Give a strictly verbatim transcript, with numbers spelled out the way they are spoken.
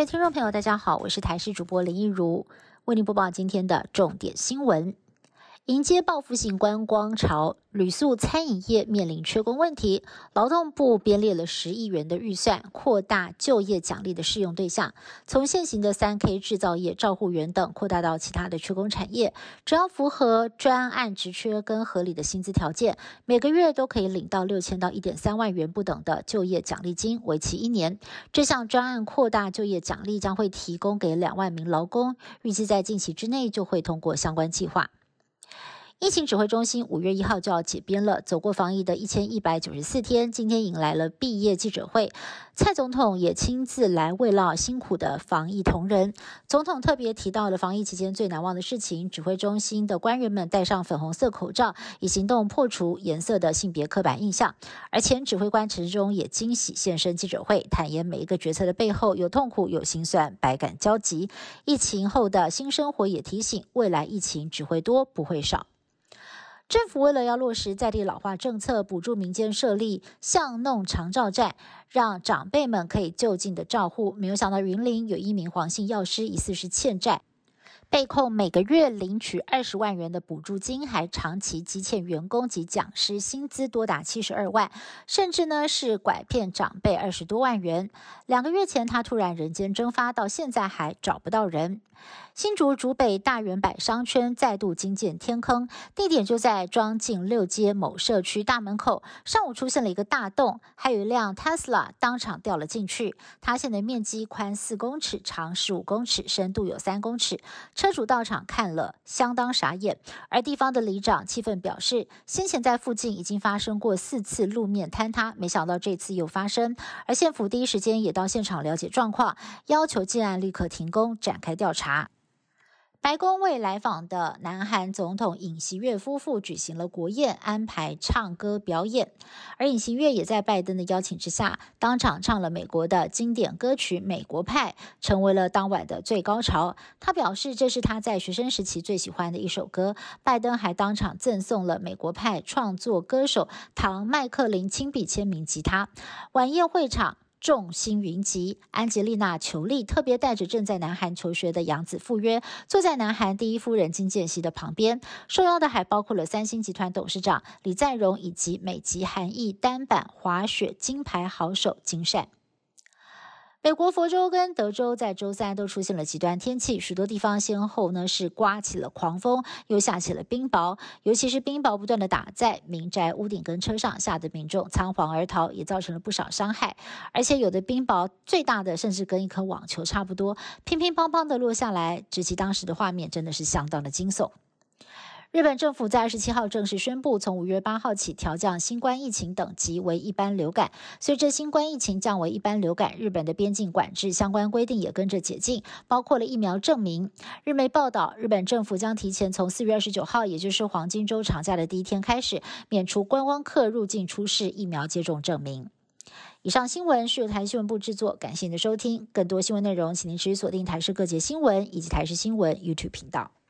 位听众朋友大家好，我是台视主播林一如，为您播报今天的重点新闻。迎接报复性观光潮，旅宿餐饮业面临缺工问题，劳动部编列了十亿元的预算，扩大就业奖励的适用对象，从现行的 三 K 制造业、照护员等扩大到其他的缺工产业，只要符合专案职缺跟合理的薪资条件，每个月都可以领到六千到 一点三万元不等的就业奖励金，为期一年。这项专案扩大就业奖励将会提供给两万名劳工，预计在近期之内就会通过相关计划。疫情指挥中心五月一号就要解编了，走过防疫的一千一百九十四天，今天迎来了毕业记者会。蔡总统也亲自来慰劳辛苦的防疫同仁。总统特别提到了防疫期间最难忘的事情，指挥中心的官员们戴上粉红色口罩，以行动破除颜色的性别刻板印象。而前指挥官陈时中也惊喜现身记者会，坦言每一个决策的背后有痛苦有心酸，百感交集。疫情后的新生活也提醒，未来疫情只会多不会少。政府为了要落实在地老化政策，补助民间设立巷弄长照站，让长辈们可以就近的照护。没有想到云林有一名黄姓药师疑似是欠债，被控每个月领取二十万元的补助金，还长期积欠员工及讲师薪资多达七十二万，甚至呢是拐骗长辈二十多万元。两个月前他突然人间蒸发，到现在还找不到人。新竹竹北大圆柏商圈再度惊见天坑，地点就在庄敬六街某社区大门口，上午出现了一个大洞，还有一辆 Tesla 当场掉了进去。塌陷的面积宽四公尺，长十五公尺，深度有三公尺。车主到场看了相当傻眼，而地方的里长气愤表示，先前在附近已经发生过四次路面坍塌，没想到这次又发生。而县府第一时间也到现场了解状况，要求建案立刻停工展开调查。白宫为来访的南韩总统尹锡悦夫妇举行了国宴，安排唱歌表演，而尹锡悦也在拜登的邀请之下，当场唱了美国的经典歌曲《美国派》，成为了当晚的最高潮。他表示这是他在学生时期最喜欢的一首歌。拜登还当场赠送了《美国派》创作歌手唐麦克林亲笔签名吉他。晚宴会场众星云集，安吉丽娜·裘丽特别带着正在南韩求学的养子赴约，坐在南韩第一夫人金建熙的旁边。受邀的还包括了三星集团董事长李在镕以及美籍韩裔单板滑雪金牌好手金善。美国佛州跟德州在周三都出现了极端天气，许多地方先后呢是刮起了狂风，又下起了冰雹，尤其是冰雹不断的打在民宅屋顶跟车上，吓得民众仓皇而逃，也造成了不少伤害。而且有的冰雹最大的甚至跟一颗网球差不多，乒乒乓乓的落下来，直击当时的画面真的是相当的惊悚。日本政府在二十七号正式宣布，从五月八号起调降新冠疫情等级为一般流感。随着新冠疫情降为一般流感，日本的边境管制相关规定也跟着解禁，包括了疫苗证明。日媒报道，日本政府将提前从四月二十九号，也就是黄金周长假的第一天开始，免除观光客入境出示疫苗接种证明。以上新闻是由台新闻部制作，感谢您的收听。更多新闻内容，请您持续锁定台视各节新闻以及台视新闻 YouTube 频道。